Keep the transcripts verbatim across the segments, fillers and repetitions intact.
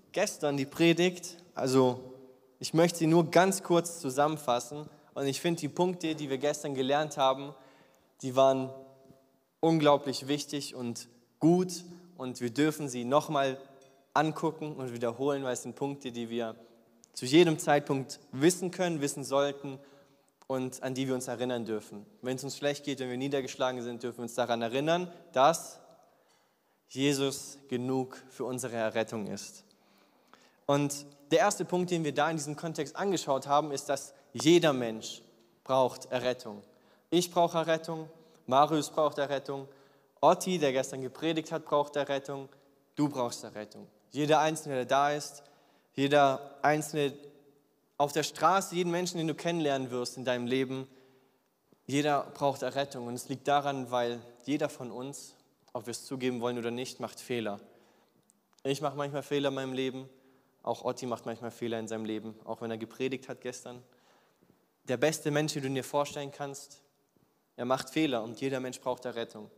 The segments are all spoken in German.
Gestern die Predigt, also ich möchte sie nur ganz kurz zusammenfassen und ich finde die Punkte, die wir gestern gelernt haben, die waren unglaublich wichtig und gut und wir dürfen sie nochmal angucken und wiederholen, weil es sind Punkte, die wir zu jedem Zeitpunkt wissen können, wissen sollten und an die wir uns erinnern dürfen. Wenn es uns schlecht geht, wenn wir niedergeschlagen sind, dürfen wir uns daran erinnern, dass Jesus genug für unsere Errettung ist. Und der erste Punkt, den wir da in diesem Kontext angeschaut haben, ist, dass jeder Mensch braucht Errettung. Ich brauche Errettung, Marius braucht Errettung, Otti, der gestern gepredigt hat, braucht Errettung, du brauchst Errettung. Jeder Einzelne, der da ist, jeder Einzelne auf der Straße, jeden Menschen, den du kennenlernen wirst in deinem Leben, jeder braucht Errettung. Und es liegt daran, weil jeder von uns, ob wir es zugeben wollen oder nicht, macht Fehler. Ich mache manchmal Fehler in meinem Leben, auch Otti macht manchmal Fehler in seinem Leben, auch wenn er gepredigt hat gestern. Der beste Mensch, den du dir vorstellen kannst, er macht Fehler und jeder Mensch braucht Errettung.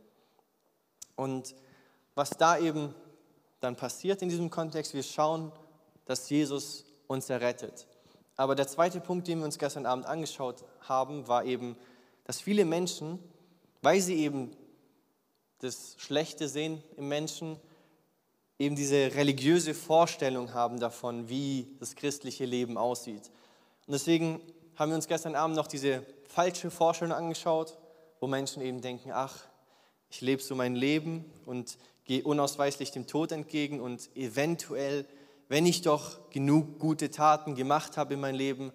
Und was da eben dann passiert in diesem Kontext, wir schauen, dass Jesus uns errettet. Aber der zweite Punkt, den wir uns gestern Abend angeschaut haben, war eben, dass viele Menschen, weil sie eben das Schlechte sehen im Menschen, eben diese religiöse Vorstellung haben davon, wie das christliche Leben aussieht. Und deswegen haben wir uns gestern Abend noch diese falsche Vorstellung angeschaut, wo Menschen eben denken, ach, ich lebe so mein Leben und gehe unausweichlich dem Tod entgegen und eventuell, wenn ich doch genug gute Taten gemacht habe in meinem Leben,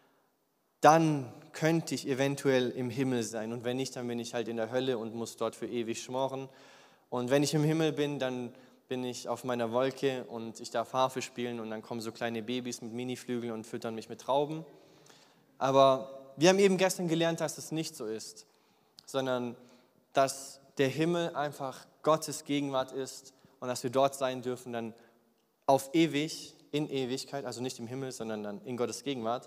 dann könnte ich eventuell im Himmel sein. Und wenn nicht, dann bin ich halt in der Hölle und muss dort für ewig schmoren. Und wenn ich im Himmel bin, dann bin ich auf meiner Wolke und ich darf Harfe spielen und dann kommen so kleine Babys mit Miniflügeln und füttern mich mit Trauben. Aber wir haben eben gestern gelernt, dass es nicht so ist, sondern dass der Himmel einfach Gottes Gegenwart ist und dass wir dort sein dürfen dann auf ewig, in Ewigkeit, also nicht im Himmel, sondern dann in Gottes Gegenwart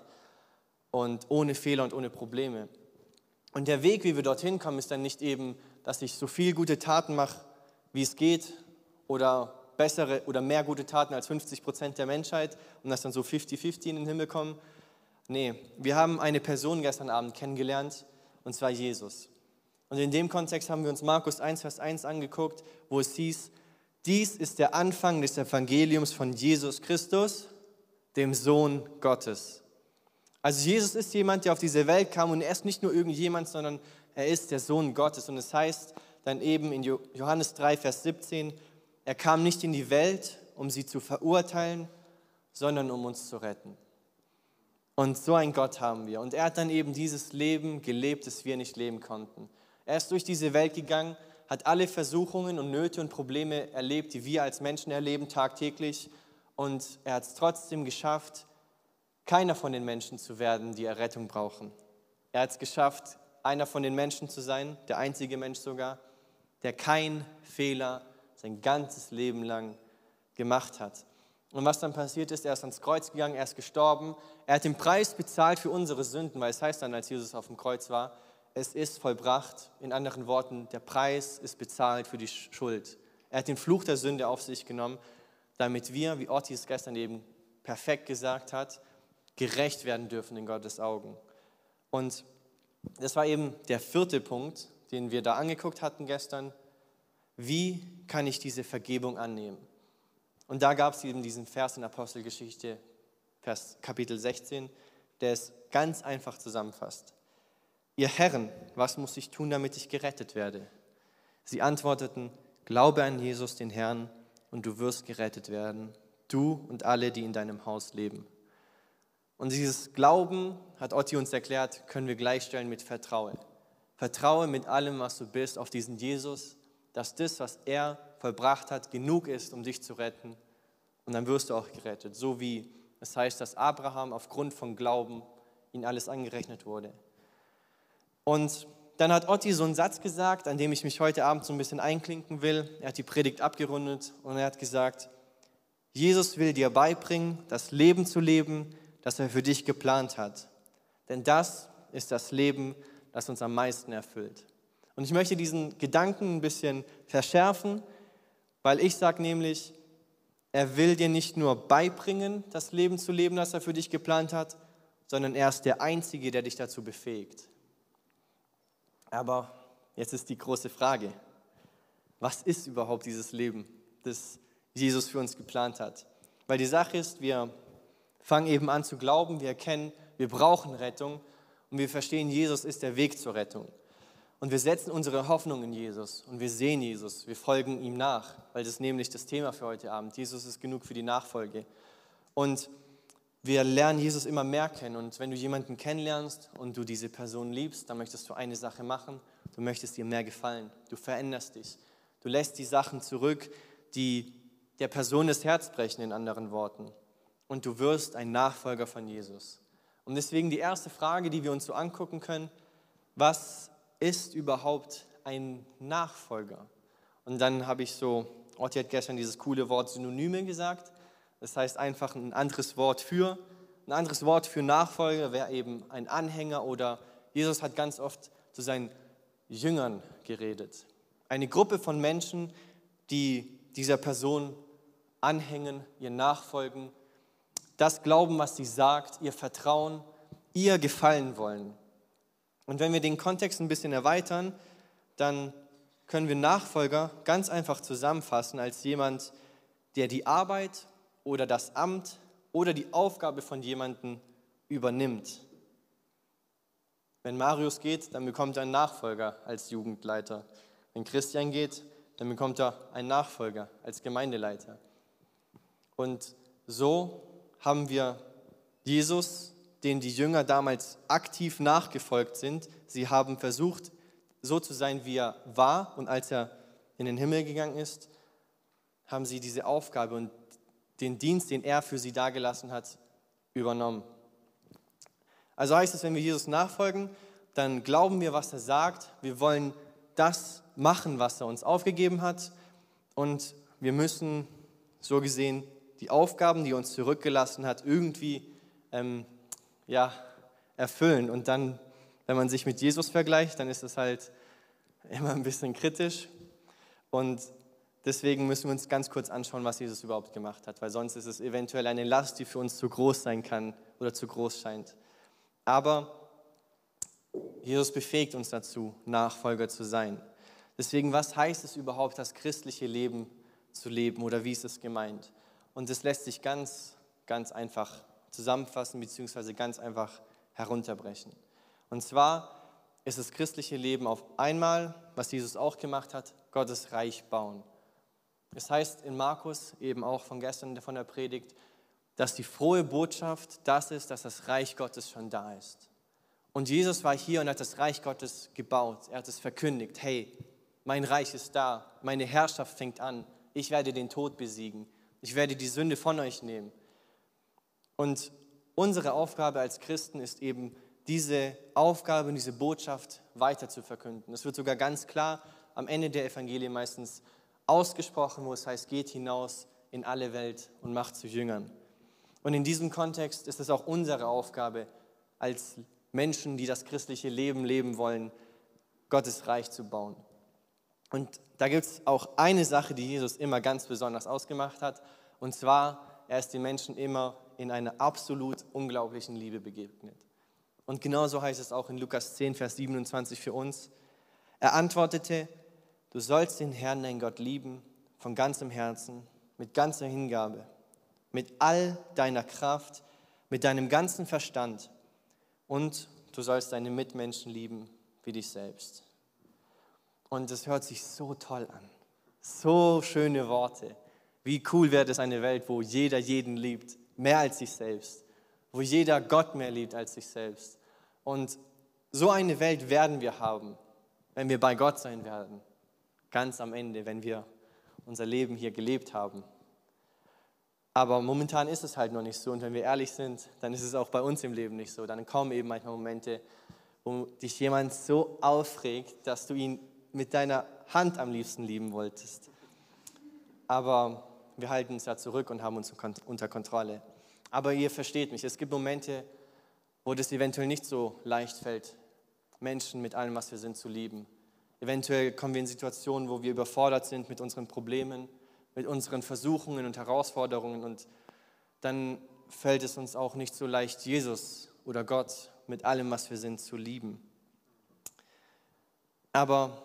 und ohne Fehler und ohne Probleme. Und der Weg, wie wir dorthin kommen, ist dann nicht eben, dass ich so viel gute Taten mache, wie es geht, oder bessere oder mehr gute Taten als fünfzig Prozent der Menschheit und dass dann so fünfzig fünfzig in den Himmel kommen. Nee, wir haben eine Person gestern Abend kennengelernt, und zwar Jesus. Und in dem Kontext haben wir uns Markus eins, Vers eins angeguckt, wo es hieß, dies ist der Anfang des Evangeliums von Jesus Christus, dem Sohn Gottes. Also Jesus ist jemand, der auf diese Welt kam und er ist nicht nur irgendjemand, sondern er ist der Sohn Gottes. Und es heißt dann eben in Johannes drei, Vers siebzehn, er kam nicht in die Welt, um sie zu verurteilen, sondern um uns zu retten. Und so einen Gott haben wir. Und er hat dann eben dieses Leben gelebt, das wir nicht leben konnten. Er ist durch diese Welt gegangen, hat alle Versuchungen und Nöte und Probleme erlebt, die wir als Menschen erleben tagtäglich. Und er hat es trotzdem geschafft, keiner von den Menschen zu werden, die Errettung brauchen. Er hat es geschafft, einer von den Menschen zu sein, der einzige Mensch sogar, der keinen Fehler sein ganzes Leben lang gemacht hat. Und was dann passiert ist, er ist ans Kreuz gegangen, er ist gestorben, er hat den Preis bezahlt für unsere Sünden, weil es heißt dann, als Jesus auf dem Kreuz war, es ist vollbracht, in anderen Worten, der Preis ist bezahlt für die Schuld. Er hat den Fluch der Sünde auf sich genommen, damit wir, wie Otti es gestern eben perfekt gesagt hat, gerecht werden dürfen in Gottes Augen. Und das war eben der vierte Punkt, den wir da angeguckt hatten gestern. Wie kann ich diese Vergebung annehmen? Und da gab es eben diesen Vers in Apostelgeschichte, Vers Kapitel sechzehn, der es ganz einfach zusammenfasst. Ihr Herren, was muss ich tun, damit ich gerettet werde? Sie antworteten, glaube an Jesus, den Herrn, und du wirst gerettet werden, du und alle, die in deinem Haus leben. Und dieses Glauben, hat Otti uns erklärt, können wir gleichstellen mit Vertrauen. Vertraue mit allem, was du bist, auf diesen Jesus, dass das, was er vollbracht hat, genug ist, um dich zu retten. Und dann wirst du auch gerettet. So wie es heißt, dass Abraham aufgrund von Glauben ihm alles angerechnet wurde. Und dann hat Otti so einen Satz gesagt, an dem ich mich heute Abend so ein bisschen einklinken will. Er hat die Predigt abgerundet und er hat gesagt, Jesus will dir beibringen, das Leben zu leben, das er für dich geplant hat. Denn das ist das Leben, das uns am meisten erfüllt. Und ich möchte diesen Gedanken ein bisschen verschärfen, weil ich sage nämlich, er will dir nicht nur beibringen, das Leben zu leben, das er für dich geplant hat, sondern er ist der Einzige, der dich dazu befähigt. Aber jetzt ist die große Frage, was ist überhaupt dieses Leben, das Jesus für uns geplant hat? Weil die Sache ist, wir fangen eben an zu glauben, wir erkennen, wir brauchen Rettung und wir verstehen, Jesus ist der Weg zur Rettung. Und wir setzen unsere Hoffnung in Jesus und wir sehen Jesus, wir folgen ihm nach, weil das ist nämlich das Thema für heute Abend. Jesus ist genug für die Nachfolge. Und wir lernen Jesus immer mehr kennen und wenn du jemanden kennenlernst und du diese Person liebst, dann möchtest du eine Sache machen, du möchtest dir mehr gefallen, du veränderst dich. Du lässt die Sachen zurück, die der Person das Herz brechen, in anderen Worten. Und du wirst ein Nachfolger von Jesus. Und deswegen die erste Frage, die wir uns so angucken können, was ist überhaupt ein Nachfolger? Und dann habe ich so, Otti hat gestern dieses coole Wort Synonyme gesagt. Das heißt einfach ein anderes Wort für. Ein anderes Wort für Nachfolger wäre eben ein Anhänger oder Jesus hat ganz oft zu seinen Jüngern geredet. Eine Gruppe von Menschen, die dieser Person anhängen, ihr nachfolgen, das glauben, was sie sagt, ihr Vertrauen, ihr gefallen wollen. Und wenn wir den Kontext ein bisschen erweitern, dann können wir Nachfolger ganz einfach zusammenfassen als jemand, der die Arbeit oder das Amt oder die Aufgabe von jemandem übernimmt. Wenn Marius geht, dann bekommt er einen Nachfolger als Jugendleiter. Wenn Christian geht, dann bekommt er einen Nachfolger als Gemeindeleiter. Und so haben wir Jesus, den die Jünger damals aktiv nachgefolgt sind. Sie haben versucht, so zu sein, wie er war. Und als er in den Himmel gegangen ist, haben sie diese Aufgabe und den Dienst, den er für sie dargelassen hat, übernommen. Also heißt es, wenn wir Jesus nachfolgen, dann glauben wir, was er sagt. Wir wollen das machen, was er uns aufgegeben hat. Und wir müssen, so gesehen, die Aufgaben, die er uns zurückgelassen hat, irgendwie ähm, ja, erfüllen. Und dann, wenn man sich mit Jesus vergleicht, dann ist es halt immer ein bisschen kritisch. Und deswegen müssen wir uns ganz kurz anschauen, was Jesus überhaupt gemacht hat, weil sonst ist es eventuell eine Last, die für uns zu groß sein kann oder zu groß scheint. Aber Jesus befähigt uns dazu, Nachfolger zu sein. Deswegen, was heißt es überhaupt, das christliche Leben zu leben oder wie ist es gemeint? Und das lässt sich ganz, ganz einfach zusammenfassen bzw. ganz einfach herunterbrechen. Und zwar ist das christliche Leben auf einmal, was Jesus auch gemacht hat, Gottes Reich bauen. Es heißt in Markus, eben auch von gestern von der Predigt, dass die frohe Botschaft das ist, dass das Reich Gottes schon da ist. Und Jesus war hier und hat das Reich Gottes gebaut. Er hat es verkündigt, hey, mein Reich ist da, meine Herrschaft fängt an, ich werde den Tod besiegen, ich werde die Sünde von euch nehmen. Und unsere Aufgabe als Christen ist eben, diese Aufgabe und diese Botschaft weiter zu verkünden. Es wird sogar ganz klar am Ende der Evangelien meistens ausgesprochen, wo es heißt, geht hinaus in alle Welt und macht zu Jüngern. Und in diesem Kontext ist es auch unsere Aufgabe, als Menschen, die das christliche Leben leben wollen, Gottes Reich zu bauen. Und da gibt es auch eine Sache, die Jesus immer ganz besonders ausgemacht hat, und zwar, er ist den Menschen immer in einer absolut unglaublichen Liebe begegnet. Und genauso heißt es auch in Lukas zehn, Vers siebenundzwanzig für uns. Er antwortete, du sollst den Herrn, dein Gott, lieben, von ganzem Herzen, mit ganzer Hingabe, mit all deiner Kraft, mit deinem ganzen Verstand und du sollst deine Mitmenschen lieben wie dich selbst. Und es hört sich so toll an, so schöne Worte. Wie cool wäre das eine Welt, wo jeder jeden liebt, mehr als sich selbst, wo jeder Gott mehr liebt als sich selbst. Und so eine Welt werden wir haben, wenn wir bei Gott sein werden, ganz am Ende, wenn wir unser Leben hier gelebt haben. Aber momentan ist es halt noch nicht so und wenn wir ehrlich sind, dann ist es auch bei uns im Leben nicht so. Dann kommen eben manchmal Momente, wo dich jemand so aufregt, dass du ihn mit deiner Hand am liebsten lieben wolltest. Aber wir halten uns ja zurück und haben uns unter Kontrolle. Aber ihr versteht mich, es gibt Momente, wo das eventuell nicht so leicht fällt, Menschen mit allem, was wir sind, zu lieben. Eventuell kommen wir in Situationen, wo wir überfordert sind mit unseren Problemen, mit unseren Versuchungen und Herausforderungen und dann fällt es uns auch nicht so leicht, Jesus oder Gott mit allem, was wir sind, zu lieben. Aber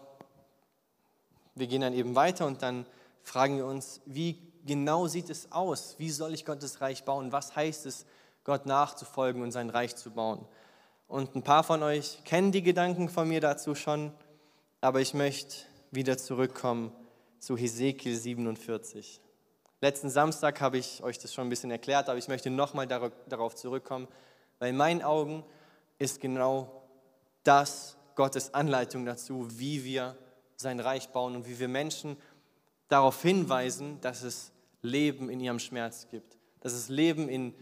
wir gehen dann eben weiter und dann fragen wir uns, wie genau sieht es aus? Wie soll ich Gottes Reich bauen? Was heißt es, Gott nachzufolgen und sein Reich zu bauen? Und ein paar von euch kennen die Gedanken von mir dazu schon, aber ich möchte wieder zurückkommen zu Hesekiel siebenundvierzig. Letzten Samstag habe ich euch das schon ein bisschen erklärt, aber ich möchte nochmal darauf zurückkommen, weil in meinen Augen ist genau das Gottes Anleitung dazu, wie wir sein Reich bauen und wie wir Menschen darauf hinweisen, dass es Leben in ihrem Schmerz gibt, dass es Leben in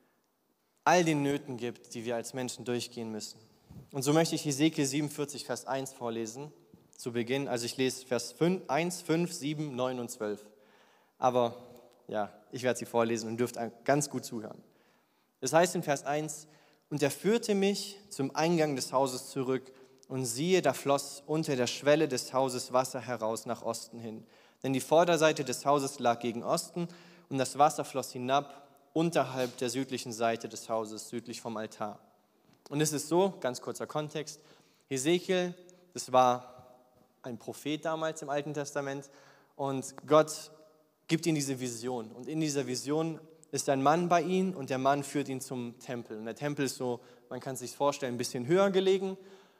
all den Nöten gibt, die wir als Menschen durchgehen müssen. Und so möchte ich Hesekiel siebenundvierzig, Vers eins vorlesen, zu Beginn. Also ich lese Vers eins, fünf, sieben, neun und zwölf. Aber ja, ich werde sie vorlesen und dürft ganz gut zuhören. Das heißt in Vers eins, und er führte mich zum Eingang des Hauses zurück, und siehe, da floss unter der Schwelle des Hauses Wasser heraus nach Osten hin. Denn die Vorderseite des Hauses lag gegen Osten, und das Wasser floss hinab unterhalb der südlichen Seite des Hauses, südlich vom Altar. Und es ist so, ganz kurzer Kontext, Hesekiel, das war ein Prophet damals im Alten Testament, und Gott gibt ihm diese Vision. Und in dieser Vision ist ein Mann bei ihm, und der Mann führt ihn zum Tempel. Und der Tempel ist so, man kann es sich vorstellen, ein bisschen höher gelegen.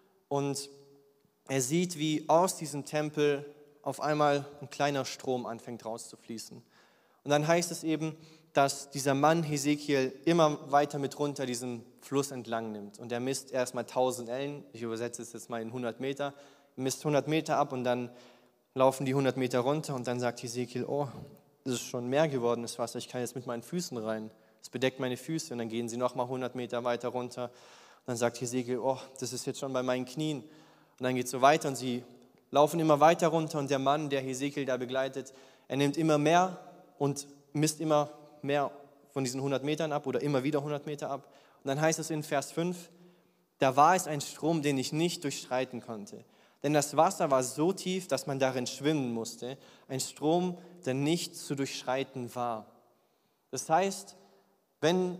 Und er sieht, wie aus diesem Tempel auf einmal ein kleiner Strom anfängt rauszufließen. Und dann heißt es eben, dass dieser Mann Hesekiel immer weiter mit runter diesen Fluss entlang nimmt. Und er misst erstmal tausend Ellen, ich übersetze es jetzt mal in hundert Meter, misst hundert Meter ab und dann laufen die hundert Meter runter und dann sagt Hesekiel, oh, es ist schon mehr geworden, das Wasser, ich kann jetzt mit meinen Füßen rein. Es bedeckt meine Füße und dann gehen sie nochmal hundert Meter weiter runter. Und dann sagt Hesekiel, oh, das ist jetzt schon bei meinen Knien. Und dann geht es so weiter und sie laufen immer weiter runter und der Mann, der Hesekiel da begleitet, er nimmt immer mehr und misst immer mehr von diesen hundert Metern ab oder immer wieder hundert Meter ab. Und dann heißt es in Vers fünf, da war es ein Strom, den ich nicht durchschreiten konnte. Denn das Wasser war so tief, dass man darin schwimmen musste. Ein Strom, der nicht zu durchschreiten war. Das heißt, wenn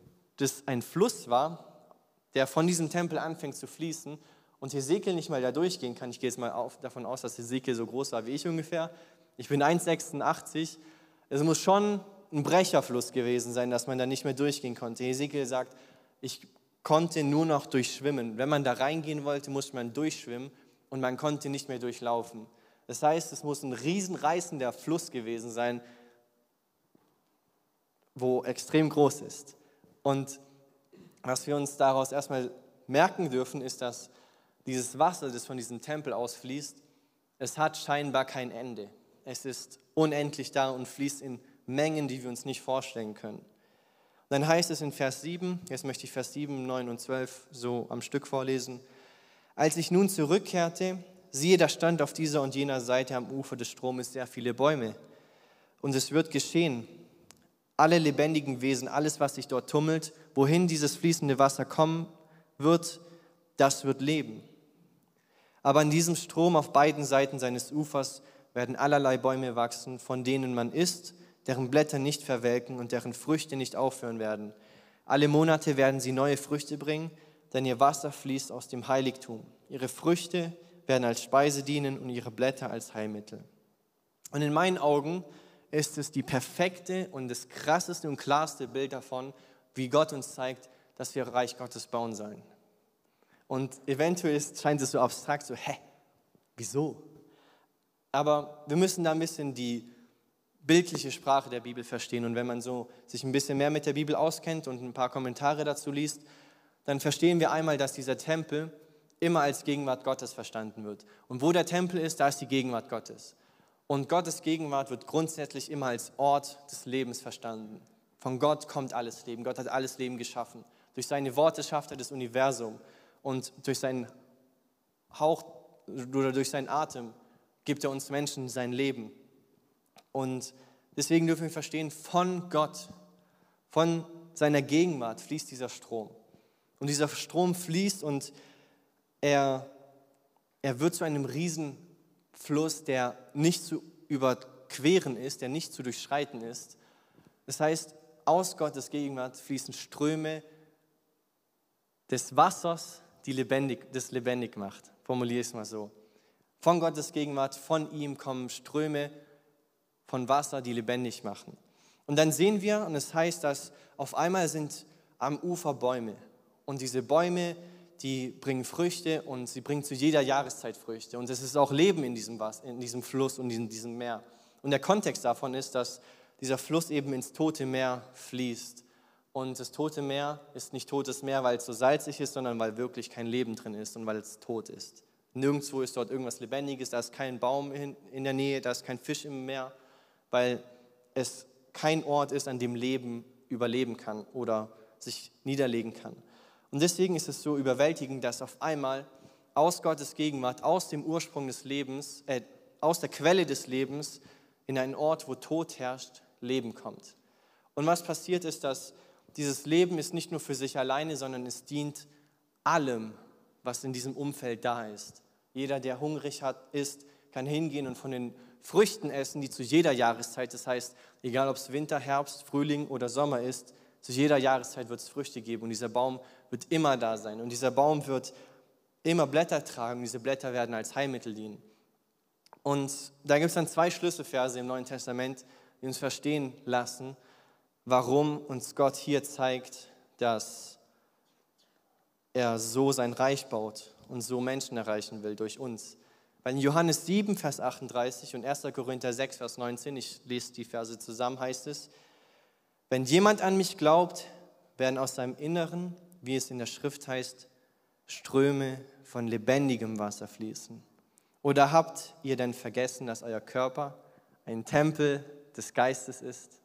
das ein Fluss war, der von diesem Tempel anfängt zu fließen und Hesekiel nicht mal da durchgehen kann, ich gehe jetzt mal auf, davon aus, dass Hesekiel so groß war wie ich ungefähr, ich bin eins Komma sechsundachtzig, es muss schon ein Brecherfluss gewesen sein, dass man da nicht mehr durchgehen konnte. Hesekiel sagt, ich konnte nur noch durchschwimmen. Wenn man da reingehen wollte, musste man durchschwimmen und man konnte nicht mehr durchlaufen. Das heißt, es muss ein riesenreißender Fluss gewesen sein, wo extrem groß ist. Und was wir uns daraus erstmal merken dürfen, ist, dass dieses Wasser, das von diesem Tempel ausfließt, es hat scheinbar kein Ende. Es ist unendlich da und fließt in Mengen, die wir uns nicht vorstellen können. Und dann heißt es in Vers sieben, jetzt möchte ich Vers sieben, neun und zwölf so am Stück vorlesen. Als ich nun zurückkehrte, siehe, da stand auf dieser und jener Seite am Ufer des Stromes sehr viele Bäume. Und es wird geschehen, alle lebendigen Wesen, alles, was sich dort tummelt, wohin dieses fließende Wasser kommen wird, das wird leben. Aber an diesem Strom auf beiden Seiten seines Ufers werden allerlei Bäume wachsen, von denen man isst, deren Blätter nicht verwelken und deren Früchte nicht aufhören werden. Alle Monate werden sie neue Früchte bringen, denn ihr Wasser fließt aus dem Heiligtum. Ihre Früchte werden als Speise dienen und ihre Blätter als Heilmittel. Und in meinen Augen ist es die perfekte und das krasseste und klarste Bild davon, wie Gott uns zeigt, dass wir Reich Gottes bauen sollen. Und eventuell scheint es so abstrakt, so, hä, wieso? Aber wir müssen da ein bisschen die bildliche Sprache der Bibel verstehen. Und wenn man so sich ein bisschen mehr mit der Bibel auskennt und ein paar Kommentare dazu liest, dann verstehen wir einmal, dass dieser Tempel immer als Gegenwart Gottes verstanden wird. Und wo der Tempel ist, da ist die Gegenwart Gottes. Und Gottes Gegenwart wird grundsätzlich immer als Ort des Lebens verstanden. Von Gott kommt alles Leben. Gott hat alles Leben geschaffen. Durch seine Worte schafft er das Universum. Und durch seinen Hauch oder durch seinen Atem gibt er uns Menschen sein Leben. Und deswegen dürfen wir verstehen, von Gott, von seiner Gegenwart fließt dieser Strom. Und dieser Strom fließt und er, er wird zu einem Riesenfluss, der nicht zu, über, überqueren ist, der nicht zu durchschreiten ist. Das heißt, aus Gottes Gegenwart fließen Ströme des Wassers, die lebendig, das lebendig macht. Formuliere ich es mal so. Von Gottes Gegenwart, von ihm kommen Ströme von Wasser, die lebendig machen. Und dann sehen wir, und es heißt, dass auf einmal sind am Ufer Bäume. Und diese Bäume, die bringen Früchte und sie bringen zu jeder Jahreszeit Früchte. Und es ist auch Leben in diesem, Wasser, in diesem Fluss und in diesem Meer. Und der Kontext davon ist, dass dieser Fluss eben ins Tote Meer fließt. Und das Tote Meer ist nicht totes Meer, weil es so salzig ist, sondern weil wirklich kein Leben drin ist und weil es tot ist. Nirgendwo ist dort irgendwas Lebendiges, da ist kein Baum in der Nähe, da ist kein Fisch im Meer, weil es kein Ort ist, an dem Leben überleben kann oder sich niederlegen kann. Und deswegen ist es so überwältigend, dass auf einmal aus Gottes Gegenwart, aus dem Ursprung des Lebens, äh, aus der Quelle des Lebens in einen Ort, wo Tod herrscht, Leben kommt. Und was passiert ist, dass dieses Leben ist nicht nur für sich alleine, sondern es dient allem, was in diesem Umfeld da ist. Jeder, der hungrig hat, ist, kann hingehen und von den Früchten essen, die zu jeder Jahreszeit, das heißt, egal ob es Winter, Herbst, Frühling oder Sommer ist, zu jeder Jahreszeit wird es Früchte geben und dieser Baum wird immer da sein und dieser Baum wird immer Blätter tragen und diese Blätter werden als Heilmittel dienen. Und da gibt es dann zwei Schlüsselverse im Neuen Testament, die uns verstehen lassen, warum uns Gott hier zeigt, dass er so sein Reich baut und so Menschen erreichen will durch uns. Weil in Johannes sieben, Vers achtunddreißig und erster Korinther sechs, Vers neunzehn, ich lese die Verse zusammen, heißt es, wenn jemand an mich glaubt, werden aus seinem Inneren, wie es in der Schrift heißt, Ströme von lebendigem Wasser fließen. Oder habt ihr denn vergessen, dass euer Körper ein Tempel des Geistes ist?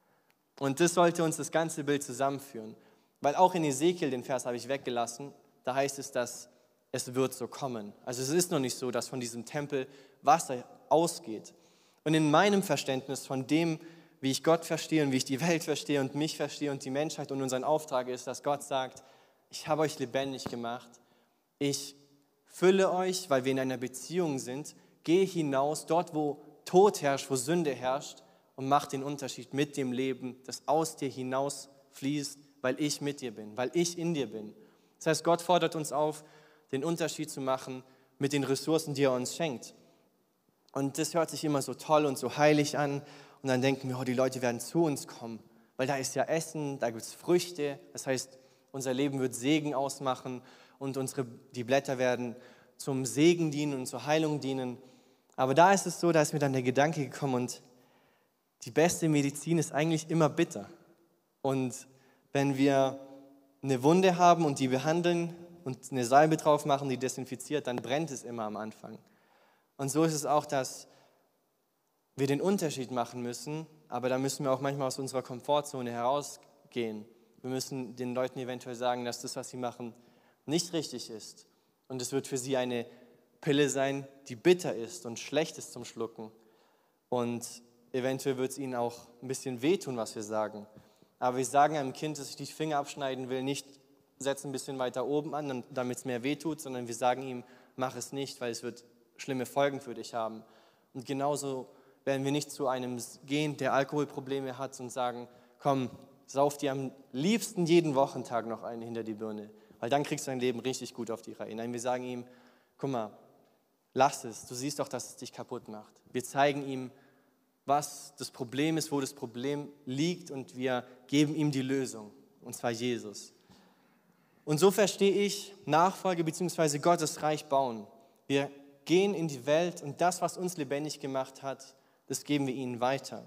Und das sollte uns das ganze Bild zusammenführen. Weil auch in Ezekiel, den Vers habe ich weggelassen, da heißt es, dass es wird so kommen. Also es ist noch nicht so, dass von diesem Tempel Wasser ausgeht. Und in meinem Verständnis von dem, wie ich Gott verstehe und wie ich die Welt verstehe und mich verstehe und die Menschheit und unseren Auftrag ist, dass Gott sagt, ich habe euch lebendig gemacht, ich fülle euch, weil wir in einer Beziehung sind, gehe hinaus, dort wo Tod herrscht, wo Sünde herrscht und mach den Unterschied mit dem Leben, das aus dir hinaus fließt, weil ich mit dir bin, weil ich in dir bin. Das heißt, Gott fordert uns auf, den Unterschied zu machen mit den Ressourcen, die er uns schenkt. Und das hört sich immer so toll und so heilig an. Und dann denken wir, oh, die Leute werden zu uns kommen, weil da ist ja Essen, da gibt es Früchte. Das heißt, unser Leben wird Segen ausmachen und unsere, die Blätter werden zum Segen dienen und zur Heilung dienen. Aber da ist es so, da ist mir dann der Gedanke gekommen und die beste Medizin ist eigentlich immer bitter. Und wenn wir eine Wunde haben und die behandeln und eine Salbe drauf machen, die desinfiziert, dann brennt es immer am Anfang. Und so ist es auch, dass wir den Unterschied machen müssen, aber da müssen wir auch manchmal aus unserer Komfortzone herausgehen. Wir müssen den Leuten eventuell sagen, dass das, was sie machen, nicht richtig ist. Und es wird für sie eine Pille sein, die bitter ist und schlecht ist zum Schlucken. Und eventuell wird es ihnen auch ein bisschen wehtun, was wir sagen. Aber wir sagen einem Kind, dass ich die Finger abschneiden will, nicht setz ein bisschen weiter oben an, damit es mehr wehtut, sondern wir sagen ihm, mach es nicht, weil es wird schlimme Folgen für dich haben. Und genauso werden wir nicht zu einem gehen, der Alkoholprobleme hat und sagen, komm, sauf dir am liebsten jeden Wochentag noch eine hinter die Birne, weil dann kriegst du dein Leben richtig gut auf die Reihe. Nein, wir sagen ihm, guck mal, lass es, du siehst doch, dass es dich kaputt macht. Wir zeigen ihm, was das Problem ist, wo das Problem liegt und wir geben ihm die Lösung, und zwar Jesus. Und so verstehe ich Nachfolge bzw. Gottes Reich bauen. Wir gehen in die Welt und das, was uns lebendig gemacht hat, das geben wir ihnen weiter.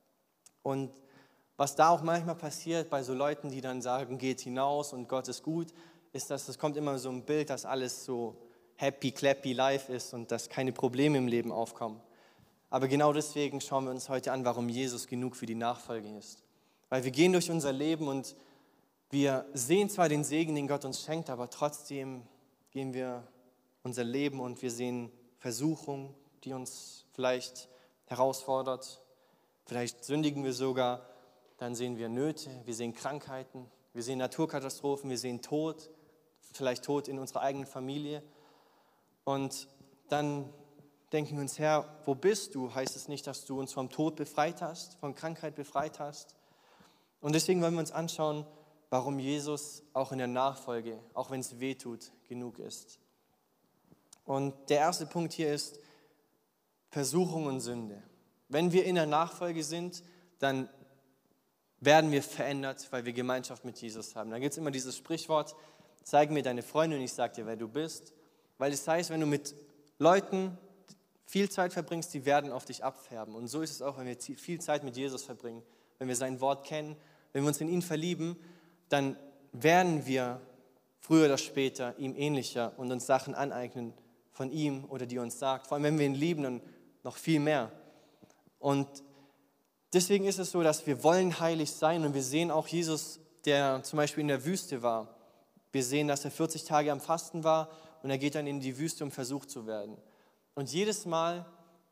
Und was da auch manchmal passiert bei so Leuten, die dann sagen, geht hinaus und Gott ist gut, ist, dass es kommt immer so ein Bild, dass alles so happy, clappy life ist und dass keine Probleme im Leben aufkommen. Aber genau deswegen schauen wir uns heute an, warum Jesus genug für die Nachfolge ist. Weil wir gehen durch unser Leben und wir sehen zwar den Segen, den Gott uns schenkt, aber trotzdem gehen wir unser Leben und wir sehen Versuchung, die uns vielleicht herausfordert. Vielleicht sündigen wir sogar, dann sehen wir Nöte, wir sehen Krankheiten, wir sehen Naturkatastrophen, wir sehen Tod, vielleicht Tod in unserer eigenen Familie. Und dann denken wir uns, Herr, wo bist du? Heißt es nicht, dass du uns vom Tod befreit hast, von Krankheit befreit hast? Und deswegen wollen wir uns anschauen, warum Jesus auch in der Nachfolge, auch wenn es weh tut, genug ist. Und der erste Punkt hier ist Versuchung und Sünde. Wenn wir in der Nachfolge sind, dann werden wir verändert, weil wir Gemeinschaft mit Jesus haben. Da gibt es immer dieses Sprichwort, zeig mir deine Freunde und ich sage dir, wer du bist. Weil es heißt, wenn du mit Leuten viel Zeit verbringst, die werden auf dich abfärben. Und so ist es auch, wenn wir viel Zeit mit Jesus verbringen, wenn wir sein Wort kennen, wenn wir uns in ihn verlieben, dann werden wir früher oder später ihm ähnlicher und uns Sachen aneignen von ihm oder die er uns sagt. Vor allem, wenn wir ihn lieben, dann noch viel mehr. Und deswegen ist es so, dass wir wollen heilig sein und wir sehen auch Jesus, der zum Beispiel in der Wüste war. Wir sehen, dass er vierzig Tage am Fasten war und er geht dann in die Wüste, um versucht zu werden. Und jedes Mal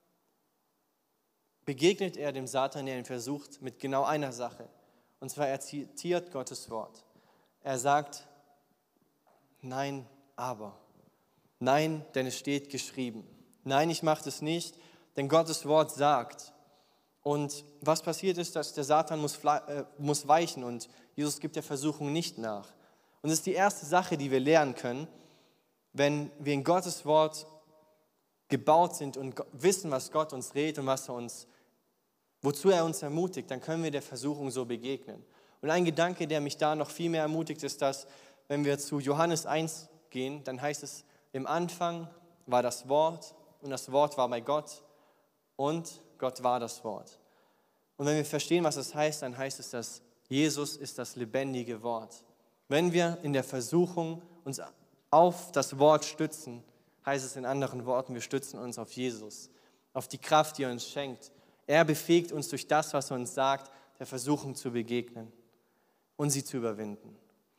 begegnet er dem Satan, der ihn versucht, mit genau einer Sache. Und zwar, er zitiert Gottes Wort. Er sagt, nein, aber. Nein, denn es steht geschrieben. Nein, ich mache das nicht, denn Gottes Wort sagt. Und was passiert ist, dass der Satan muss, äh, muss weichen und Jesus gibt der Versuchung nicht nach. Und das ist die erste Sache, die wir lernen können, wenn wir in Gottes Wort gebaut sind und wissen, was Gott uns redet und was er uns, wozu er uns ermutigt, dann können wir der Versuchung so begegnen. Und ein Gedanke, der mich da noch viel mehr ermutigt, ist, dass, wenn wir zu Johannes eins gehen, dann heißt es, im Anfang war das Wort und das Wort war bei Gott und Gott war das Wort. Und wenn wir verstehen, was das heißt, dann heißt es, dass Jesus ist das lebendige Wort. Wenn wir in der Versuchung uns auf das Wort stützen, heißt es in anderen Worten, wir stützen uns auf Jesus, auf die Kraft, die er uns schenkt. Er befähigt uns durch das, was er uns sagt, der Versuchung zu begegnen und sie zu überwinden.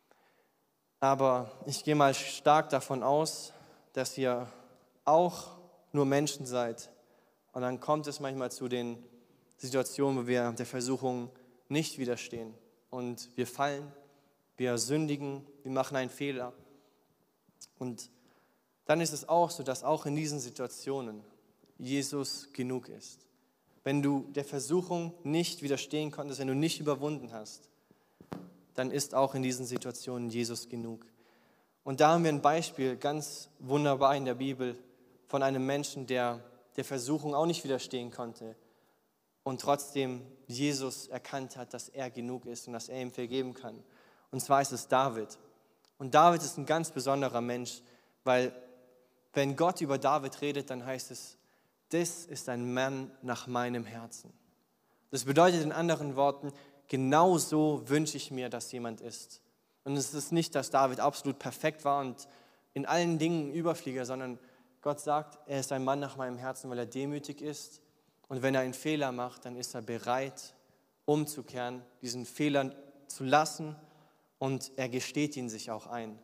Aber ich gehe mal stark davon aus, dass ihr auch nur Menschen seid. Und dann kommt es manchmal zu den Situationen, wo wir der Versuchung nicht widerstehen. Und wir fallen, wir sündigen, wir machen einen Fehler. Und dann ist es auch so, dass auch in diesen Situationen Jesus genug ist. Wenn du der Versuchung nicht widerstehen konntest, wenn du nicht überwunden hast, dann ist auch in diesen Situationen Jesus genug. Und da haben wir ein Beispiel, ganz wunderbar in der Bibel, von einem Menschen, der der Versuchung auch nicht widerstehen konnte und trotzdem Jesus erkannt hat, dass er genug ist und dass er ihm vergeben kann. Und zwar ist es David. Und David ist ein ganz besonderer Mensch, weil wenn Gott über David redet, dann heißt es, das ist ein Mann nach meinem Herzen. Das bedeutet in anderen Worten, genau so wünsche ich mir, dass jemand ist. Und es ist nicht, dass David absolut perfekt war und in allen Dingen ein Überflieger, sondern Gott sagt, er ist ein Mann nach meinem Herzen, weil er demütig ist. Und wenn er einen Fehler macht, dann ist er bereit, umzukehren, diesen Fehler zu lassen und er gesteht ihn sich auch ein.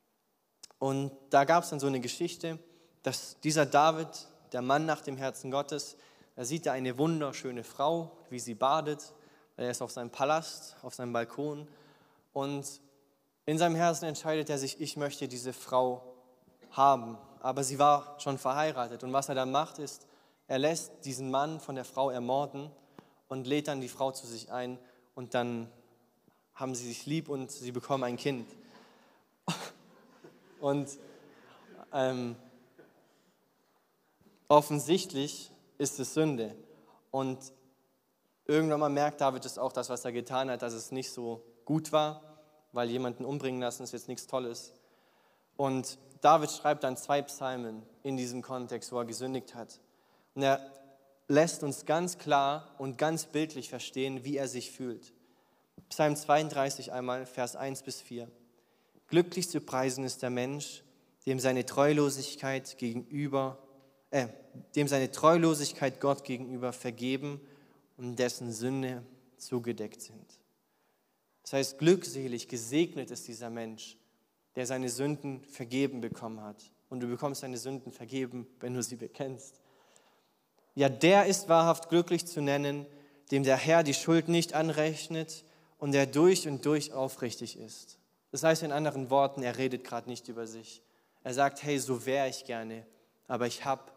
Und da gab es dann so eine Geschichte, dass dieser David, der Mann nach dem Herzen Gottes, da sieht er eine wunderschöne Frau, wie sie badet. Er ist auf seinem Palast, auf seinem Balkon und in seinem Herzen entscheidet er sich, ich möchte diese Frau haben. Aber sie war schon verheiratet und was er dann macht ist, er lässt diesen Mann von der Frau ermorden und lädt dann die Frau zu sich ein und dann haben sie sich lieb und sie bekommen ein Kind. Und ähm, offensichtlich ist es Sünde. Und irgendwann mal merkt David es auch, das, was er getan hat, dass es nicht so gut war, weil jemanden umbringen lassen ist jetzt nichts Tolles. Und David schreibt dann zwei Psalmen in diesem Kontext, wo er gesündigt hat. Und er lässt uns ganz klar und ganz bildlich verstehen, wie er sich fühlt. Psalm zweiunddreißig einmal, Vers eins bis vier. Glücklich zu preisen ist der Mensch, dem seine Treulosigkeit gegenüber, äh, dem seine Treulosigkeit Gott gegenüber vergeben und dessen Sünde zugedeckt sind. Das heißt, glückselig, gesegnet ist dieser Mensch, der seine Sünden vergeben bekommen hat. Und du bekommst deine Sünden vergeben, wenn du sie bekennst. Ja, der ist wahrhaft glücklich zu nennen, dem der Herr die Schuld nicht anrechnet und der durch und durch aufrichtig ist. Das heißt in anderen Worten, er redet gerade nicht über sich. Er sagt, hey, so wäre ich gerne, aber ich habe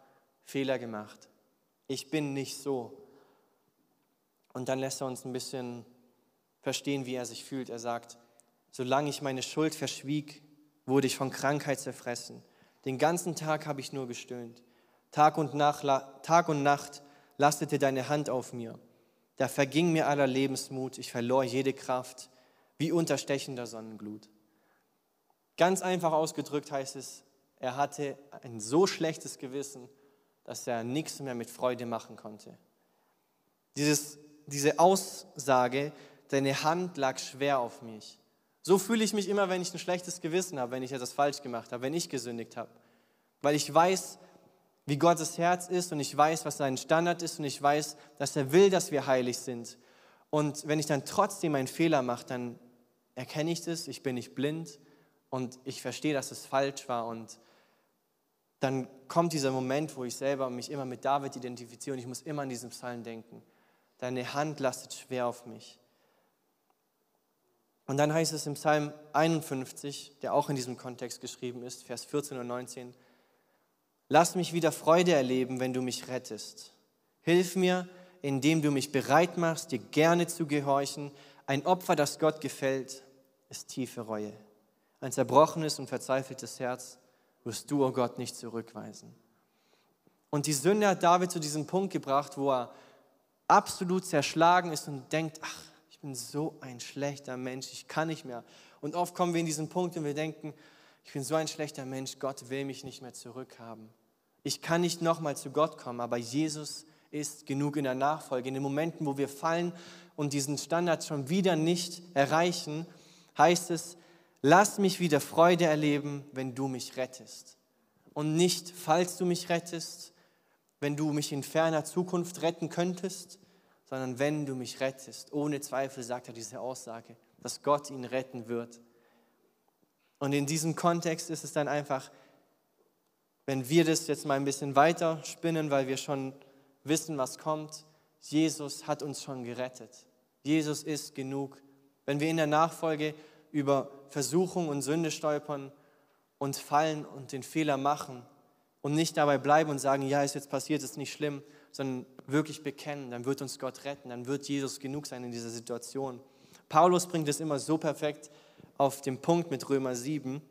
Fehler gemacht. Ich bin nicht so. Und dann lässt er uns ein bisschen verstehen, wie er sich fühlt. Er sagt, solange ich meine Schuld verschwieg, wurde ich von Krankheit zerfressen. Den ganzen Tag habe ich nur gestöhnt. Tag und Nacht, Tag und Nacht lastete deine Hand auf mir. Da verging mir aller Lebensmut, ich verlor jede Kraft, wie unter stechender Sonnenglut. Ganz einfach ausgedrückt heißt es, er hatte ein so schlechtes Gewissen, dass er nichts mehr mit Freude machen konnte. Dieses, diese Aussage, deine Hand lag schwer auf mich. So fühle ich mich immer, wenn ich ein schlechtes Gewissen habe, wenn ich etwas falsch gemacht habe, wenn ich gesündigt habe. Weil ich weiß, wie Gottes Herz ist und ich weiß, was sein Standard ist und ich weiß, dass er will, dass wir heilig sind. Und wenn ich dann trotzdem einen Fehler mache, dann erkenne ich das, ich bin nicht blind und ich verstehe, dass es falsch war. Und dann kommt dieser Moment, wo ich selber mich immer mit David identifiziere und ich muss immer an diesen Psalm denken. Deine Hand lastet schwer auf mich. Und dann heißt es im Psalm einundfünfzig, der auch in diesem Kontext geschrieben ist, Vers vierzehn und neunzehn, lass mich wieder Freude erleben, wenn du mich rettest. Hilf mir, indem du mich bereit machst, dir gerne zu gehorchen. Ein Opfer, das Gott gefällt, ist tiefe Reue. Ein zerbrochenes und verzweifeltes Herz wirst du, o oh Gott, nicht zurückweisen. Und die Sünde hat David zu diesem Punkt gebracht, wo er absolut zerschlagen ist und denkt, ach, ich bin so ein schlechter Mensch, ich kann nicht mehr. Und oft kommen wir in diesen Punkt und wir denken, ich bin so ein schlechter Mensch, Gott will mich nicht mehr zurückhaben. Ich kann nicht nochmal zu Gott kommen, aber Jesus ist genug in der Nachfolge. In den Momenten, wo wir fallen und diesen Standard schon wieder nicht erreichen, heißt es, lass mich wieder Freude erleben, wenn du mich rettest. Und nicht, falls du mich rettest, wenn du mich in ferner Zukunft retten könntest, sondern wenn du mich rettest. Ohne Zweifel sagt er diese Aussage, dass Gott ihn retten wird. Und in diesem Kontext ist es dann einfach, wenn wir das jetzt mal ein bisschen weiter spinnen, weil wir schon wissen, was kommt, Jesus hat uns schon gerettet. Jesus ist genug. Wenn wir in der Nachfolge über Versuchung und Sünde stolpern und fallen und den Fehler machen und nicht dabei bleiben und sagen, ja, ist jetzt passiert, ist nicht schlimm, sondern wirklich bekennen, dann wird uns Gott retten, dann wird Jesus genug sein in dieser Situation. Paulus bringt es immer so perfekt auf den Punkt mit Römer sieben,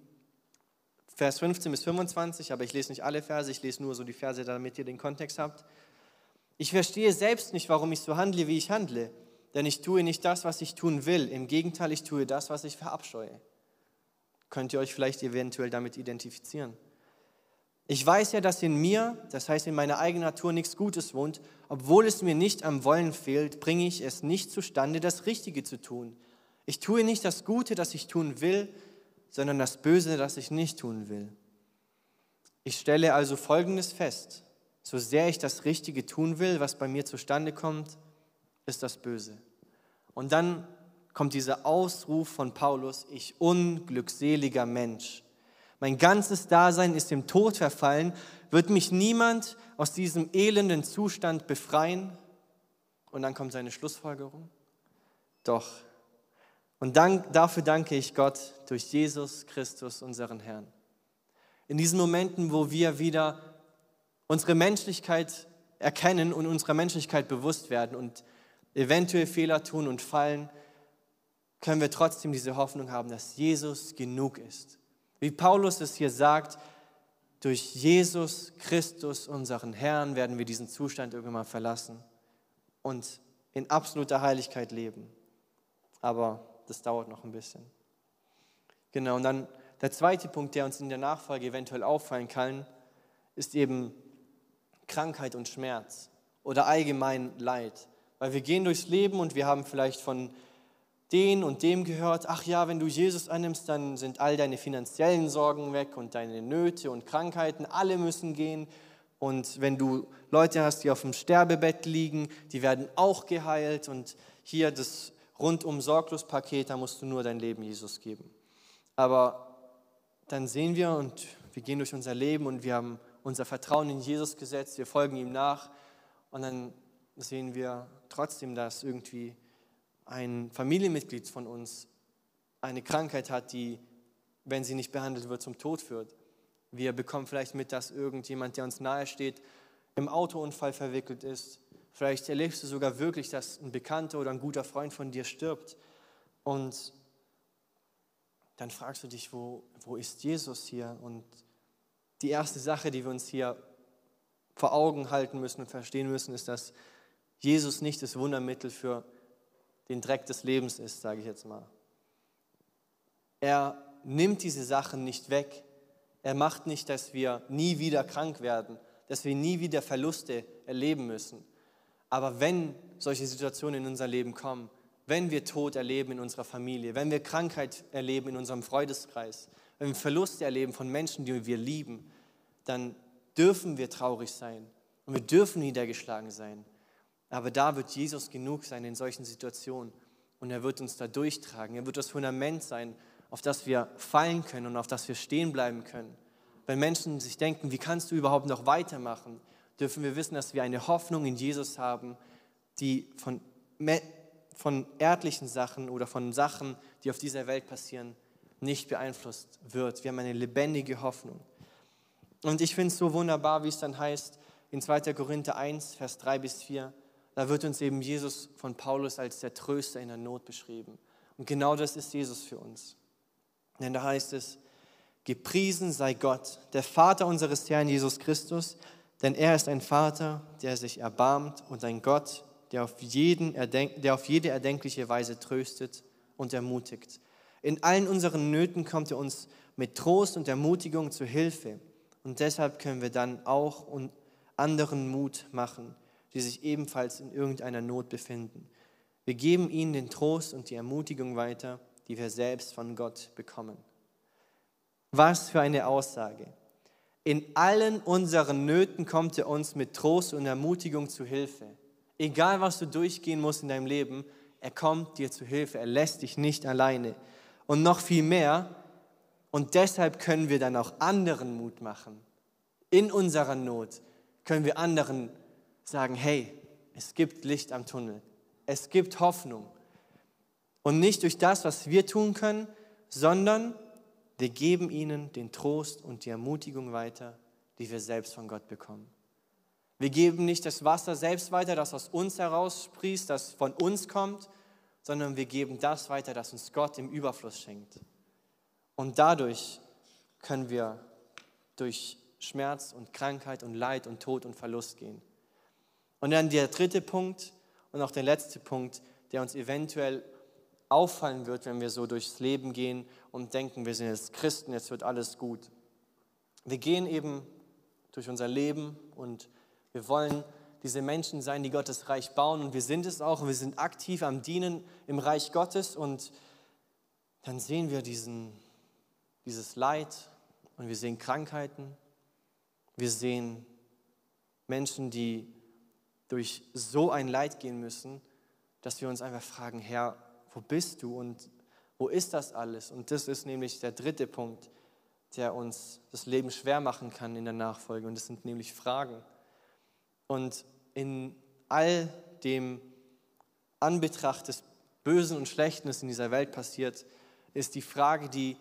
Vers fünfzehn bis fünfundzwanzig, aber ich lese nicht alle Verse, ich lese nur so die Verse, damit ihr den Kontext habt. Ich verstehe selbst nicht, warum ich so handle, wie ich handle, denn ich tue nicht das, was ich tun will. Im Gegenteil, ich tue das, was ich verabscheue. Könnt ihr euch vielleicht eventuell damit identifizieren? Ich weiß ja, dass in mir, das heißt in meiner eigenen Natur, nichts Gutes wohnt. Obwohl es mir nicht am Wollen fehlt, bringe ich es nicht zustande, das Richtige zu tun. Ich tue nicht das Gute, das ich tun will, sondern das Böse, das ich nicht tun will. Ich stelle also Folgendes fest. So sehr ich das Richtige tun will, was bei mir zustande kommt, ist das Böse. Und dann kommt dieser Ausruf von Paulus, ich unglückseliger Mensch. Mein ganzes Dasein ist dem Tod verfallen. Wird mich niemand aus diesem elenden Zustand befreien? Und dann kommt seine Schlussfolgerung. Doch. Und dank, dafür danke ich Gott durch Jesus Christus, unseren Herrn. In diesen Momenten, wo wir wieder unsere Menschlichkeit erkennen und unserer Menschlichkeit bewusst werden und eventuell Fehler tun und fallen, können wir trotzdem diese Hoffnung haben, dass Jesus genug ist. Wie Paulus es hier sagt, durch Jesus Christus, unseren Herrn, werden wir diesen Zustand irgendwann mal verlassen und in absoluter Heiligkeit leben. Aber das dauert noch ein bisschen. Genau, und dann der zweite Punkt, der uns in der Nachfolge eventuell auffallen kann, ist eben Krankheit und Schmerz oder allgemein Leid. Weil wir gehen durchs Leben und wir haben vielleicht von den und dem gehört, ach ja, wenn du Jesus annimmst, dann sind all deine finanziellen Sorgen weg und deine Nöte und Krankheiten, alle müssen gehen. Und wenn du Leute hast, die auf dem Sterbebett liegen, die werden auch geheilt. Und hier das rundum sorglos Paket, da musst du nur dein Leben Jesus geben. Aber dann sehen wir und wir gehen durch unser Leben und wir haben unser Vertrauen in Jesus gesetzt, wir folgen ihm nach und dann sehen wir trotzdem, dass irgendwie ein Familienmitglied von uns eine Krankheit hat, die, wenn sie nicht behandelt wird, zum Tod führt. Wir bekommen vielleicht mit, dass irgendjemand, der uns nahe steht, im Autounfall verwickelt ist. Vielleicht erlebst du sogar wirklich, dass ein Bekannter oder ein guter Freund von dir stirbt. Und dann fragst du dich, wo, wo ist Jesus hier? Und die erste Sache, die wir uns hier vor Augen halten müssen und verstehen müssen, ist, dass Jesus nicht das Wundermittel für den Dreck des Lebens ist, sage ich jetzt mal. Er nimmt diese Sachen nicht weg. Er macht nicht, dass wir nie wieder krank werden, dass wir nie wieder Verluste erleben müssen. Aber wenn solche Situationen in unser Leben kommen, wenn wir Tod erleben in unserer Familie, wenn wir Krankheit erleben in unserem Freundeskreis, wenn wir Verluste erleben von Menschen, die wir lieben, dann dürfen wir traurig sein und wir dürfen niedergeschlagen sein. Aber da wird Jesus genug sein in solchen Situationen und er wird uns da durchtragen. Er wird das Fundament sein, auf das wir fallen können und auf das wir stehen bleiben können. Wenn Menschen sich denken, wie kannst du überhaupt noch weitermachen, dürfen wir wissen, dass wir eine Hoffnung in Jesus haben, die von, von erdlichen Sachen oder von Sachen, die auf dieser Welt passieren, nicht beeinflusst wird. Wir haben eine lebendige Hoffnung. Und ich finde es so wunderbar, wie es dann heißt in zweiter Korinther eins, Vers drei bis vier, da wird uns eben Jesus von Paulus als der Tröster in der Not beschrieben. Und genau das ist Jesus für uns. Denn da heißt es, gepriesen sei Gott, der Vater unseres Herrn Jesus Christus, denn er ist ein Vater, der sich erbarmt und ein Gott, der auf, jeden erdenk- der auf jede erdenkliche Weise tröstet und ermutigt. In allen unseren Nöten kommt er uns mit Trost und Ermutigung zu Hilfe. Und deshalb können wir dann auch anderen Mut machen, die sich ebenfalls in irgendeiner Not befinden. Wir geben ihnen den Trost und die Ermutigung weiter, die wir selbst von Gott bekommen. Was für eine Aussage. In allen unseren Nöten kommt er uns mit Trost und Ermutigung zu Hilfe. Egal, was du durchgehen musst in deinem Leben, er kommt dir zu Hilfe. Er lässt dich nicht alleine. Und noch viel mehr, und deshalb können wir dann auch anderen Mut machen. In unserer Not können wir anderen sagen, hey, es gibt Licht am Tunnel. Es gibt Hoffnung. Und nicht durch das, was wir tun können, sondern wir geben ihnen den Trost und die Ermutigung weiter, die wir selbst von Gott bekommen. Wir geben nicht das Wasser selbst weiter, das aus uns heraussprießt, das von uns kommt, sondern wir geben das weiter, das uns Gott im Überfluss schenkt. Und dadurch können wir durch Schmerz und Krankheit und Leid und Tod und Verlust gehen. Und dann der dritte Punkt und auch der letzte Punkt, der uns eventuell auffallen wird, wenn wir so durchs Leben gehen und denken, wir sind jetzt Christen, jetzt wird alles gut. Wir gehen eben durch unser Leben und wir wollen diese Menschen sein, die Gottes Reich bauen und wir sind es auch und wir sind aktiv am Dienen im Reich Gottes und dann sehen wir diesen, dieses Leid und wir sehen Krankheiten, wir sehen Menschen, die durch so ein Leid gehen müssen, dass wir uns einfach fragen, Herr, wo bist du und wo ist das alles? Und das ist nämlich der dritte Punkt, der uns das Leben schwer machen kann in der Nachfolge. Und das sind nämlich Fragen. Und in all dem Anbetracht des Bösen und Schlechten, das in dieser Welt passiert, ist die Frage, die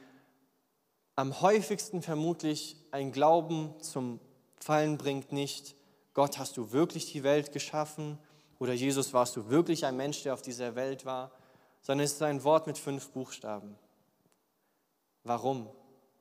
am häufigsten vermutlich ein Glauben zum Fallen bringt, nicht, Gott, hast du wirklich die Welt geschaffen? Oder Jesus, warst du wirklich ein Mensch, der auf dieser Welt war? Sondern es ist ein Wort mit fünf Buchstaben. Warum?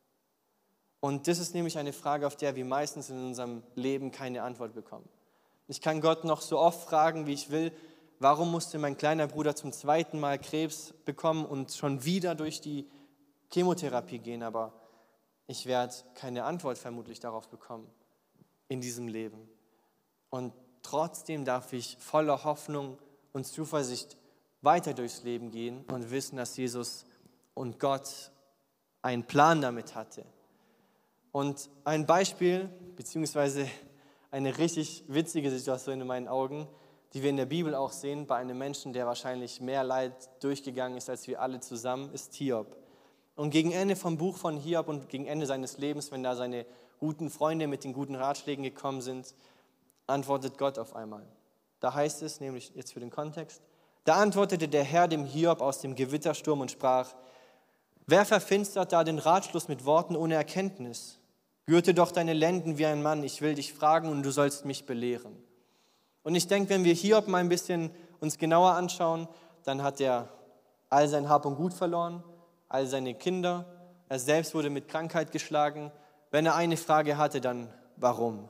Und das ist nämlich eine Frage, auf der wir meistens in unserem Leben keine Antwort bekommen. Ich kann Gott noch so oft fragen, wie ich will, warum musste mein kleiner Bruder zum zweiten Mal Krebs bekommen und schon wieder durch die Chemotherapie gehen, aber ich werde keine Antwort vermutlich darauf bekommen in diesem Leben. Und trotzdem darf ich voller Hoffnung und Zuversicht weiter durchs Leben gehen und wissen, dass Jesus und Gott einen Plan damit hatte. Und ein Beispiel, beziehungsweise eine richtig witzige Situation in meinen Augen, die wir in der Bibel auch sehen, bei einem Menschen, der wahrscheinlich mehr Leid durchgegangen ist als wir alle zusammen, ist Hiob. Und gegen Ende vom Buch von Hiob und gegen Ende seines Lebens, wenn da seine guten Freunde mit den guten Ratschlägen gekommen sind, antwortet Gott auf einmal. Da heißt es, nämlich jetzt für den Kontext, da antwortete der Herr dem Hiob aus dem Gewittersturm und sprach, wer verfinstert da den Ratschluss mit Worten ohne Erkenntnis? Gürte doch deine Lenden wie ein Mann, ich will dich fragen und du sollst mich belehren. Und ich denke, wenn wir Hiob mal ein bisschen uns genauer anschauen, dann hat er all sein Hab und Gut verloren, all seine Kinder, er selbst wurde mit Krankheit geschlagen. Wenn er eine Frage hatte, dann warum?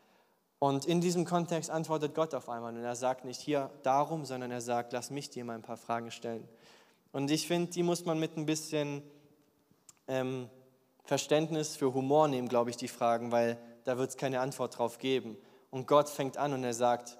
Und in diesem Kontext antwortet Gott auf einmal und er sagt nicht hier darum, sondern er sagt, lass mich dir mal ein paar Fragen stellen. Und ich finde, die muss man mit ein bisschen ähm, Verständnis für Humor nehmen, glaube ich, die Fragen, weil da wird es keine Antwort drauf geben. Und Gott fängt an und er sagt,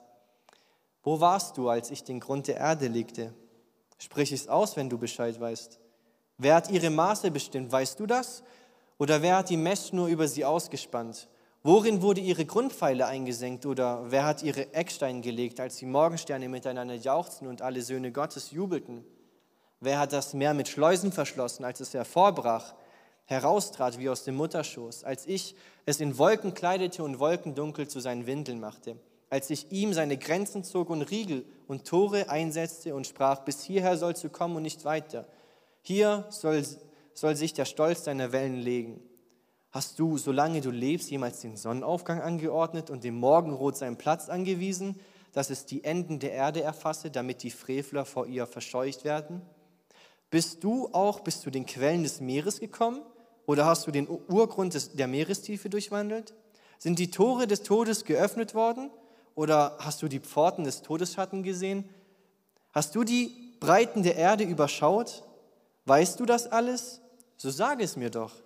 wo warst du, als ich den Grund der Erde legte? Sprich es aus, wenn du Bescheid weißt. Wer hat ihre Maße bestimmt, weißt du das? Oder wer hat die Messschnur über sie ausgespannt? Worin wurde ihre Grundpfeile eingesenkt? Oder wer hat ihre Ecksteine gelegt, als die Morgensterne miteinander jauchzten und alle Söhne Gottes jubelten? Wer hat das Meer mit Schleusen verschlossen, als es hervorbrach, heraustrat wie aus dem Mutterschoß, als ich es in Wolken kleidete und Wolkendunkel zu seinen Windeln machte, als ich ihm seine Grenzen zog und Riegel und Tore einsetzte und sprach, bis hierher sollst du kommen und nicht weiter. Hier soll, soll sich der Stolz deiner Wellen legen. Hast du, solange du lebst, jemals den Sonnenaufgang angeordnet und dem Morgenrot seinen Platz angewiesen, dass es die Enden der Erde erfasse, damit die Frevler vor ihr verscheucht werden? Bist du auch bis zu den Quellen des Meeres gekommen oder hast du den Urgrund des, der Meerestiefe durchwandelt? Sind die Tore des Todes geöffnet worden oder hast du die Pforten des Todesschatten gesehen? Hast du die Breiten der Erde überschaut? Weißt du das alles? So sage es mir doch.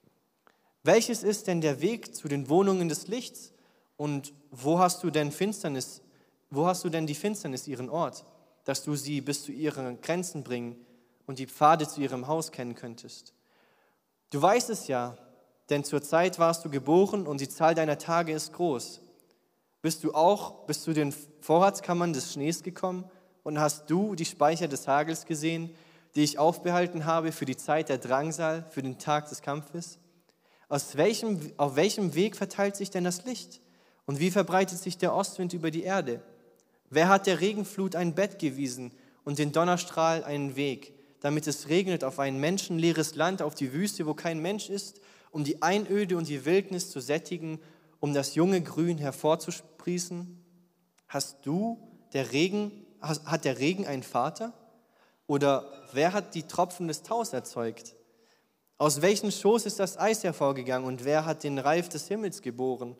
Welches ist denn der Weg zu den Wohnungen des Lichts und wo hast du denn Finsternis, wo hast du denn die Finsternis ihren Ort, dass du sie bis zu ihren Grenzen bringen und die Pfade zu ihrem Haus kennen könntest? Du weißt es ja, denn zur Zeit warst du geboren und die Zahl deiner Tage ist groß. Bist du auch bis zu den Vorratskammern des Schnees gekommen und hast du die Speicher des Hagels gesehen, die ich aufbehalten habe für die Zeit der Drangsal, für den Tag des Kampfes? Aus welchem, auf welchem Weg verteilt sich denn das Licht? Und wie verbreitet sich der Ostwind über die Erde? Wer hat der Regenflut ein Bett gewiesen und den Donnerstrahl einen Weg, damit es regnet auf ein menschenleeres Land, auf die Wüste, wo kein Mensch ist, um die Einöde und die Wildnis zu sättigen, um das junge Grün hervorzusprießen? Hast du, der Regen, hat der Regen einen Vater? Oder wer hat die Tropfen des Taus erzeugt? Aus welchem Schoß ist das Eis hervorgegangen und wer hat den Reif des Himmels geboren?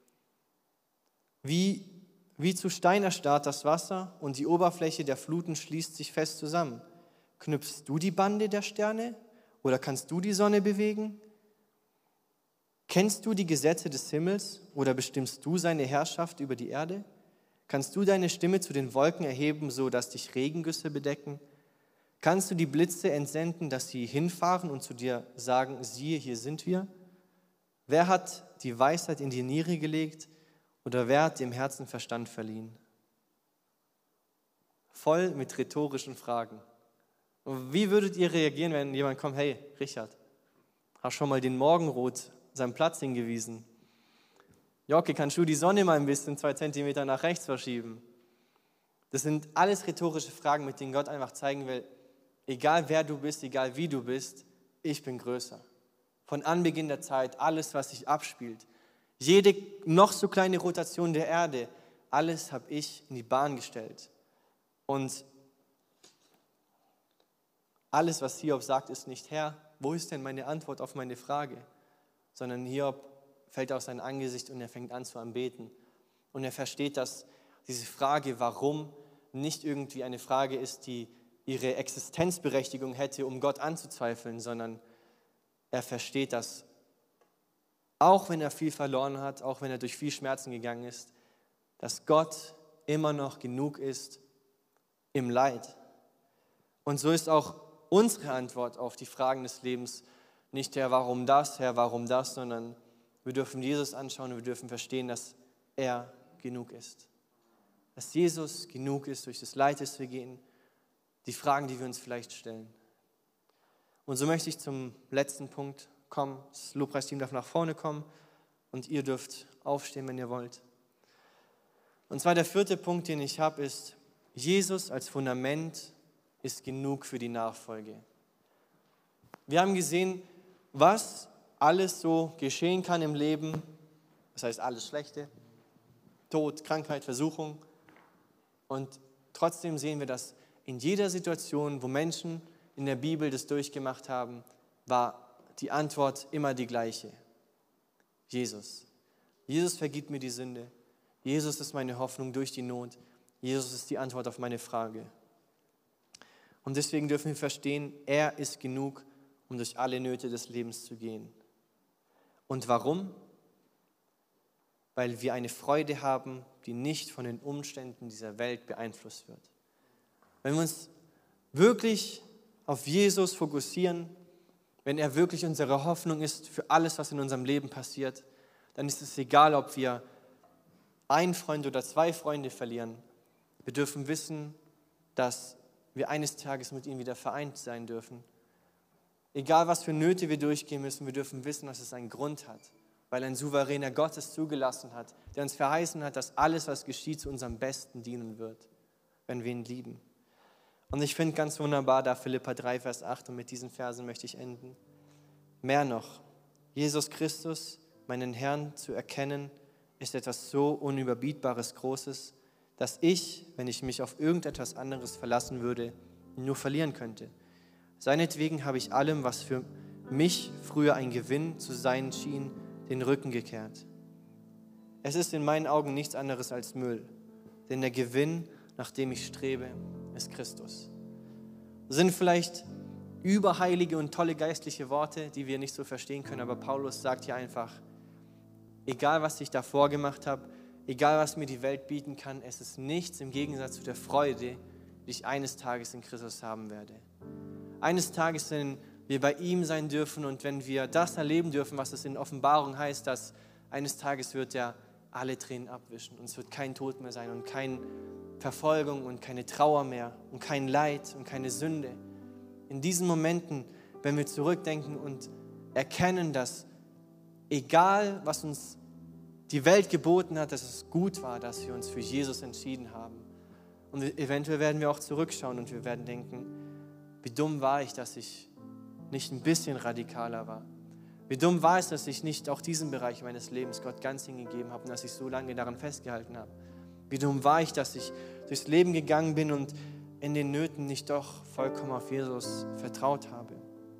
Wie, wie zu Stein erstarrt das Wasser und die Oberfläche der Fluten schließt sich fest zusammen. Knüpfst du die Bande der Sterne oder kannst du die Sonne bewegen? Kennst du die Gesetze des Himmels oder bestimmst du seine Herrschaft über die Erde? Kannst du deine Stimme zu den Wolken erheben, so dass dich Regengüsse bedecken? Kannst du die Blitze entsenden, dass sie hinfahren und zu dir sagen, siehe, hier sind wir? Wer hat die Weisheit in die Niere gelegt oder wer hat dem Herzen Verstand verliehen? Voll mit rhetorischen Fragen. Und wie würdet ihr reagieren, wenn jemand kommt, hey, Richard, hast schon mal den Morgenrot seinen Platz hingewiesen? Jocke, kannst du die Sonne mal ein bisschen zwei Zentimeter nach rechts verschieben? Das sind alles rhetorische Fragen, mit denen Gott einfach zeigen will, egal wer du bist, egal wie du bist, ich bin größer. Von Anbeginn der Zeit, alles, was sich abspielt, jede noch so kleine Rotation der Erde, alles habe ich in die Bahn gestellt. Und alles, was Hiob sagt, ist nicht, Herr, wo ist denn meine Antwort auf meine Frage? Sondern Hiob fällt auf sein Angesicht und er fängt an zu anbeten. Und er versteht, dass diese Frage, warum, nicht irgendwie eine Frage ist, die ihre Existenzberechtigung hätte, um Gott anzuzweifeln, sondern er versteht, dass auch wenn er viel verloren hat, auch wenn er durch viel Schmerzen gegangen ist, dass Gott immer noch genug ist im Leid. Und so ist auch unsere Antwort auf die Fragen des Lebens nicht, Herr, warum das, Herr, warum das, sondern wir dürfen Jesus anschauen und wir dürfen verstehen, dass er genug ist. Dass Jesus genug ist durch das Leid, das wir gehen, die Fragen, die wir uns vielleicht stellen. Und so möchte ich zum letzten Punkt kommen. Das Lobpreisteam darf nach vorne kommen und ihr dürft aufstehen, wenn ihr wollt. Und zwar der vierte Punkt, den ich habe, ist, Jesus als Fundament ist genug für die Nachfolge. Wir haben gesehen, was alles so geschehen kann im Leben, das heißt alles Schlechte, Tod, Krankheit, Versuchung. Und trotzdem sehen wir, dass in jeder Situation, wo Menschen in der Bibel das durchgemacht haben, war die Antwort immer die gleiche. Jesus. Jesus vergibt mir die Sünde. Jesus ist meine Hoffnung durch die Not. Jesus ist die Antwort auf meine Frage. Und deswegen dürfen wir verstehen, er ist genug, um durch alle Nöte des Lebens zu gehen. Und warum? Weil wir eine Freude haben, die nicht von den Umständen dieser Welt beeinflusst wird. Wenn wir uns wirklich auf Jesus fokussieren, wenn er wirklich unsere Hoffnung ist für alles, was in unserem Leben passiert, dann ist es egal, ob wir einen Freund oder zwei Freunde verlieren. Wir dürfen wissen, dass wir eines Tages mit ihm wieder vereint sein dürfen. Egal, was für Nöte wir durchgehen müssen, wir dürfen wissen, dass es einen Grund hat, weil ein souveräner Gott es zugelassen hat, der uns verheißen hat, dass alles, was geschieht, zu unserem Besten dienen wird, wenn wir ihn lieben. Und ich finde ganz wunderbar da Philipper drei, Vers acht, und mit diesen Versen möchte ich enden. Mehr noch, Jesus Christus, meinen Herrn, zu erkennen, ist etwas so Unüberbietbares, Großes, dass ich, wenn ich mich auf irgendetwas anderes verlassen würde, nur verlieren könnte. Seinetwegen habe ich allem, was für mich früher ein Gewinn zu sein schien, den Rücken gekehrt. Es ist in meinen Augen nichts anderes als Müll, denn der Gewinn, nach dem ich strebe, ist Christus. Das sind vielleicht überheilige und tolle geistliche Worte, die wir nicht so verstehen können, aber Paulus sagt hier einfach, egal was ich davor gemacht habe, egal was mir die Welt bieten kann, es ist nichts im Gegensatz zu der Freude, die ich eines Tages in Christus haben werde. Eines Tages, wenn wir bei ihm sein dürfen und wenn wir das erleben dürfen, was es in Offenbarung heißt, dass eines Tages wird er alle Tränen abwischen und es wird kein Tod mehr sein und keine Verfolgung und keine Trauer mehr und kein Leid und keine Sünde. In diesen Momenten, wenn wir zurückdenken und erkennen, dass egal, was uns die Welt geboten hat, dass es gut war, dass wir uns für Jesus entschieden haben. Und eventuell werden wir auch zurückschauen und wir werden denken, wie dumm war ich, dass ich nicht ein bisschen radikaler war. Wie dumm war es, dass ich nicht auch diesen Bereich meines Lebens Gott ganz hingegeben habe und dass ich so lange daran festgehalten habe. Wie dumm war ich, dass ich durchs Leben gegangen bin und in den Nöten nicht doch vollkommen auf Jesus vertraut habe.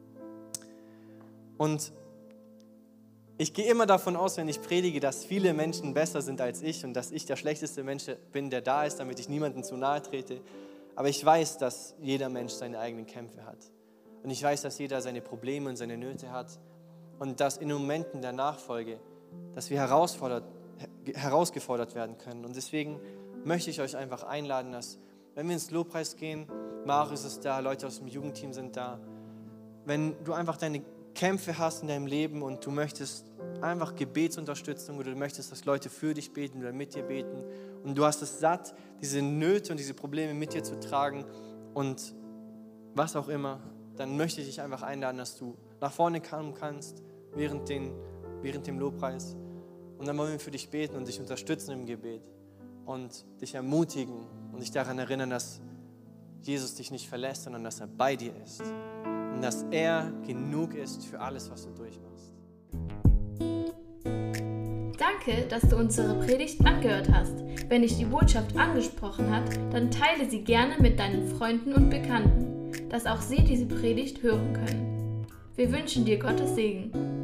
Und ich gehe immer davon aus, wenn ich predige, dass viele Menschen besser sind als ich und dass ich der schlechteste Mensch bin, der da ist, damit ich niemandem zu nahe trete. Aber ich weiß, dass jeder Mensch seine eigenen Kämpfe hat. Und ich weiß, dass jeder seine Probleme und seine Nöte hat. Und dass in Momenten der Nachfolge, dass wir herausfordert, herausgefordert werden können. Und deswegen möchte ich euch einfach einladen, dass, wenn wir ins Lobpreis gehen, Marius ist da, Leute aus dem Jugendteam sind da, wenn du einfach deine Kämpfe hast in deinem Leben und du möchtest einfach Gebetsunterstützung oder du möchtest, dass Leute für dich beten oder mit dir beten und du hast es satt, diese Nöte und diese Probleme mit dir zu tragen und was auch immer, dann möchte ich dich einfach einladen, dass du nach vorne kommen kannst während, den, während dem Lobpreis und dann wollen wir für dich beten und dich unterstützen im Gebet und dich ermutigen und dich daran erinnern, dass Jesus dich nicht verlässt, sondern dass er bei dir ist. Und dass er genug ist für alles, was du durchmachst. Danke, dass du unsere Predigt angehört hast. Wenn dich die Botschaft angesprochen hat, dann teile sie gerne mit deinen Freunden und Bekannten, dass auch sie diese Predigt hören können. Wir wünschen dir Gottes Segen.